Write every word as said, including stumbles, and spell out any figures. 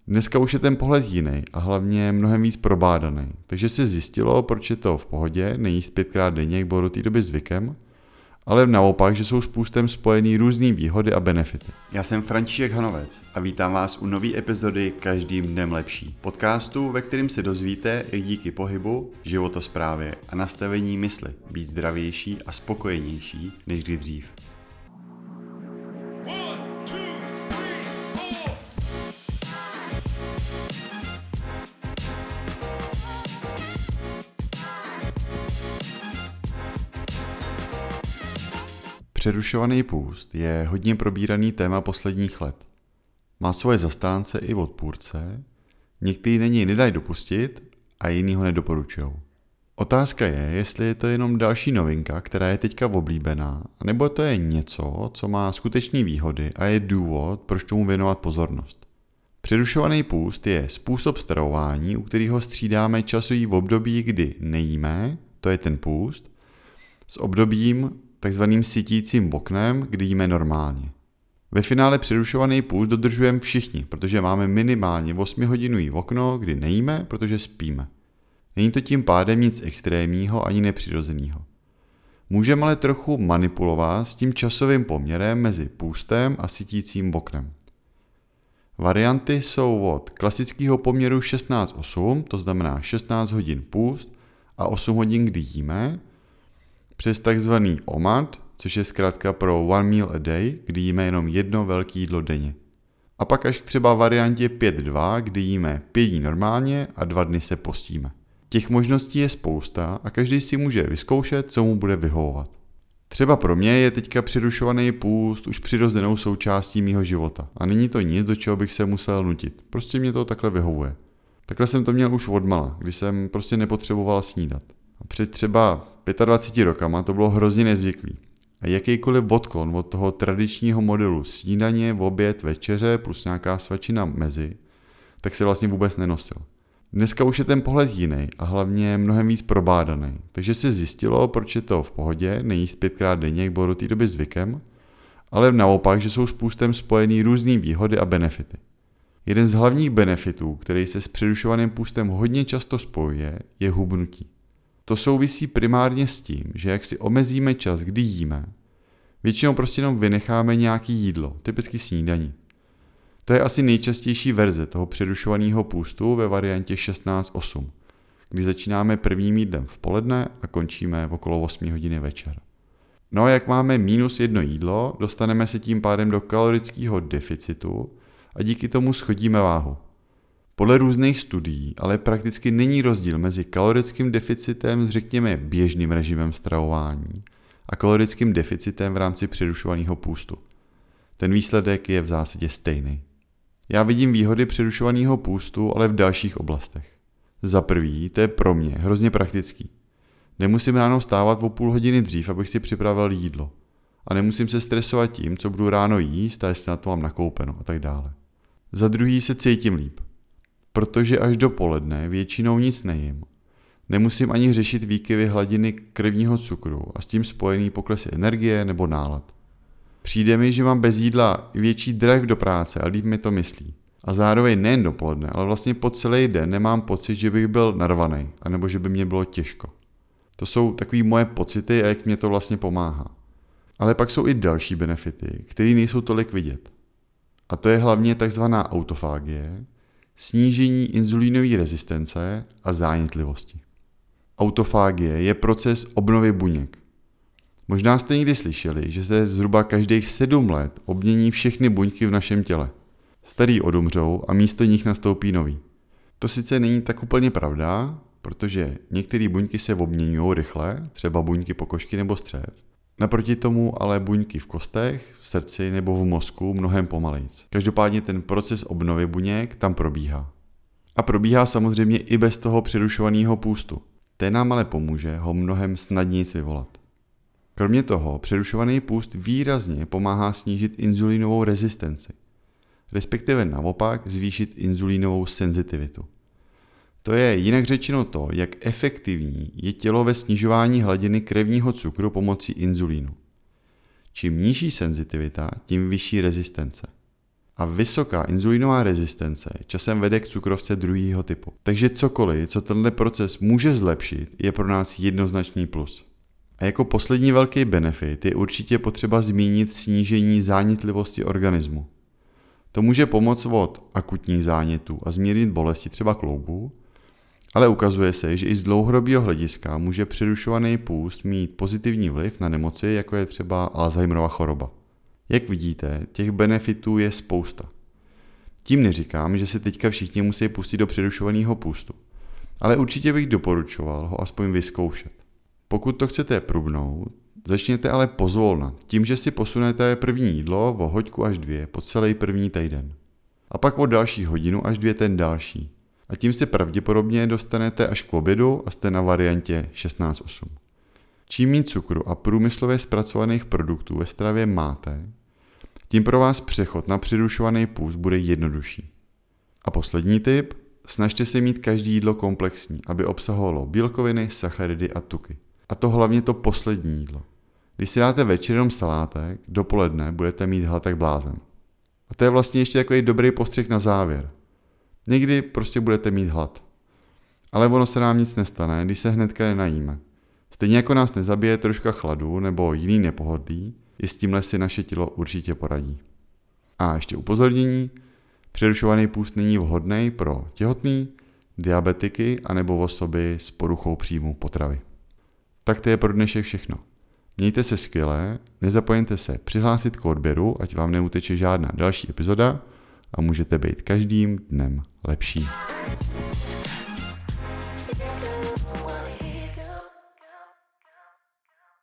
Dneska už je ten pohled jiný a hlavně mnohem víc probádaný. Takže se zjistilo, proč je to v pohodě nejíst pětkrát denně, jak bylo do té doby zvykem, ale naopak, že jsou s půstem spojený různý výhody a benefity. Já jsem František Hanovec a vítám vás u nové epizody Každým dnem lepší. Podcastu, ve kterém se dozvíte, jak díky pohybu, životosprávě a nastavení mysli být zdravější a spokojenější než kdy dřív. Přerušovaný půst je hodně probíraný téma posledních let. Má svoje zastánce i odpůrce, některý na něj nedají dopustit a jiný ho nedoporučují. Otázka je, jestli je to jenom další novinka, která je teďka oblíbená, nebo to je něco, co má skutečné výhody a je důvod, proč tomu věnovat pozornost. Přerušovaný půst je způsob stravování, u kterého střídáme časový období, kdy nejíme, to je ten půst, s obdobím takzvaným sytícím oknem, kdy jíme normálně. Ve finále přerušovaný půst dodržujeme všichni, protože máme minimálně osmihodinový okno, kdy nejíme, protože spíme. Není to tím pádem nic extrémního ani nepřirozeného. Můžeme ale trochu manipulovat s tím časovým poměrem mezi půstem a sytícím oknem. Varianty jsou od klasického poměru šestnáct osm, to znamená šestnáct hodin půst a osm hodin, kdy jíme, přes takzvaný O M A D, což je zkrátka pro one meal a day, kdy jíme jenom jedno velké jídlo denně. A pak až k třeba variantě pět dva, kdy jíme pět dní normálně a dva dny se postíme. Těch možností je spousta a každý si může vyzkoušet, co mu bude vyhovovat. Třeba pro mě je teďka přerušovaný půst už přirozenou součástí mýho života a není to nic, do čeho bych se musel nutit. Prostě mě to takhle vyhovuje. Takhle jsem to měl už odmala, kdy jsem prostě nepotřeboval snídat. A před třeba dvaceti pěti rokama to bylo hrozně nezvyklý. A jakýkoliv odklon od toho tradičního modelu snídaně, oběd, večeře plus nějaká svačina mezi, tak se vlastně vůbec nenosil. Dneska už je ten pohled jiný a hlavně mnohem víc probádaný. Takže se zjistilo, proč je to v pohodě nejíst pětkrát denně, jak bylo do té doby zvykem, ale naopak, že jsou s půstem spojený různý výhody a benefity. Jeden z hlavních benefitů, který se s přerušovaným půstem hodně často spojuje, je hubnutí. To souvisí primárně s tím, že jak si omezíme čas, kdy jíme, většinou prostě jenom vynecháme nějaké jídlo, typicky snídaní. To je asi nejčastější verze toho přerušovaného půstu ve variantě šestnáct osm, kdy začínáme prvním jídlem v poledne a končíme v okolo osm hodiny večer. No a jak máme minus jedno jídlo, dostaneme se tím pádem do kalorického deficitu a díky tomu schodíme váhu. Podle různých studií ale prakticky není rozdíl mezi kalorickým deficitem s řekněme běžným režimem stravování a kalorickým deficitem v rámci přerušovaného půstu. Ten výsledek je v zásadě stejný. Já vidím výhody přerušovaného půstu, ale v dalších oblastech. Za prvý, to je pro mě hrozně praktický. Nemusím ráno vstávat o půl hodiny dřív, abych si připravil jídlo. A nemusím se stresovat tím, co budu ráno jíst a jestli na to mám nakoupeno a tak dále. Za druhý se cítím líp. Protože až dopoledne většinou nic nejím. Nemusím ani řešit výkyvy hladiny krevního cukru a s tím spojený poklesy energie nebo nálad. Přijde mi, že mám bez jídla větší drive do práce a líp mi to myslí. A zároveň nejen dopoledne, ale vlastně po celý den nemám pocit, že bych byl narvaný, anebo že by mě bylo těžko. To jsou takové moje pocity a jak mě to vlastně pomáhá. Ale pak jsou i další benefity, které nejsou tolik vidět. A to je hlavně takzvaná autofágie, snížení inzulínové rezistence a zánětlivosti. Autofágie je proces obnovy buněk. Možná jste někdy slyšeli, že se zhruba každých sedm let obmění všechny buňky v našem těle. Starý odumřou a místo nich nastoupí nový. To sice není tak úplně pravda, protože některé buňky se obměňují rychle, třeba buňky pokožky nebo střev. Naproti tomu ale buňky v kostech, v srdci nebo v mozku mnohem pomalejc. Každopádně ten proces obnovy buněk tam probíhá. A probíhá samozřejmě i bez toho přerušovaného půstu. Ten nám ale pomůže ho mnohem snadněji vyvolat. Kromě toho přerušovaný půst výrazně pomáhá snížit inzulínovou rezistenci, respektive naopak zvýšit inzulínovou senzitivitu. To je jinak řečeno to, jak efektivní je tělo ve snižování hladiny krevního cukru pomocí inzulínu. Čím nižší senzitivita, tím vyšší rezistence. A vysoká inzulinová rezistence časem vede k cukrovce druhého typu. Takže cokoliv, co tenhle proces může zlepšit, je pro nás jednoznačný plus. A jako poslední velký benefit je určitě potřeba zmínit snížení zánětlivosti organismu. To může pomoct od akutních zánětů a zmírnit bolesti třeba kloubů, ale ukazuje se, že i z dlouhodobého hlediska může přerušovaný půst mít pozitivní vliv na nemoci, jako je třeba Alzheimerova choroba. Jak vidíte, těch benefitů je spousta. Tím neříkám, že se teďka všichni musí pustit do přerušovaného půstu, ale určitě bych doporučoval ho aspoň vyzkoušet. Pokud to chcete prubnout, začněte ale pozvolna, tím, že si posunete první jídlo o hoďku až dvě po celý první týden. A pak o další hodinu až dvě ten další. A tím se pravděpodobně dostanete až k obědu a jste na variantě šestnáct osm. Čím méně cukru a průmyslově zpracovaných produktů ve stravě máte, tím pro vás přechod na přerušovaný půst bude jednodušší. A poslední tip, snažte se mít každé jídlo komplexní, aby obsahovalo bílkoviny, sacharidy a tuky. A to hlavně to poslední jídlo. Když si dáte večer jenom salátek, dopoledne budete mít hlad jak blázen. A to je vlastně ještě takový dobrý postřeh na závěr. Někdy prostě budete mít hlad. Ale ono se nám nic nestane, když se hnedka nenajíme. Stejně jako nás nezabije troška chladu nebo jiný nepohodlí, i s tímhle si naše tělo určitě poradí. A ještě upozornění, přerušovaný půst není vhodný pro těhotný, diabetiky anebo osoby s poruchou příjmu potravy. Tak to je pro dnešek všechno. Mějte se skvěle, nezapomeňte se přihlásit k odběru, ať vám neuteče žádná další epizoda a můžete být každým dnem lepší.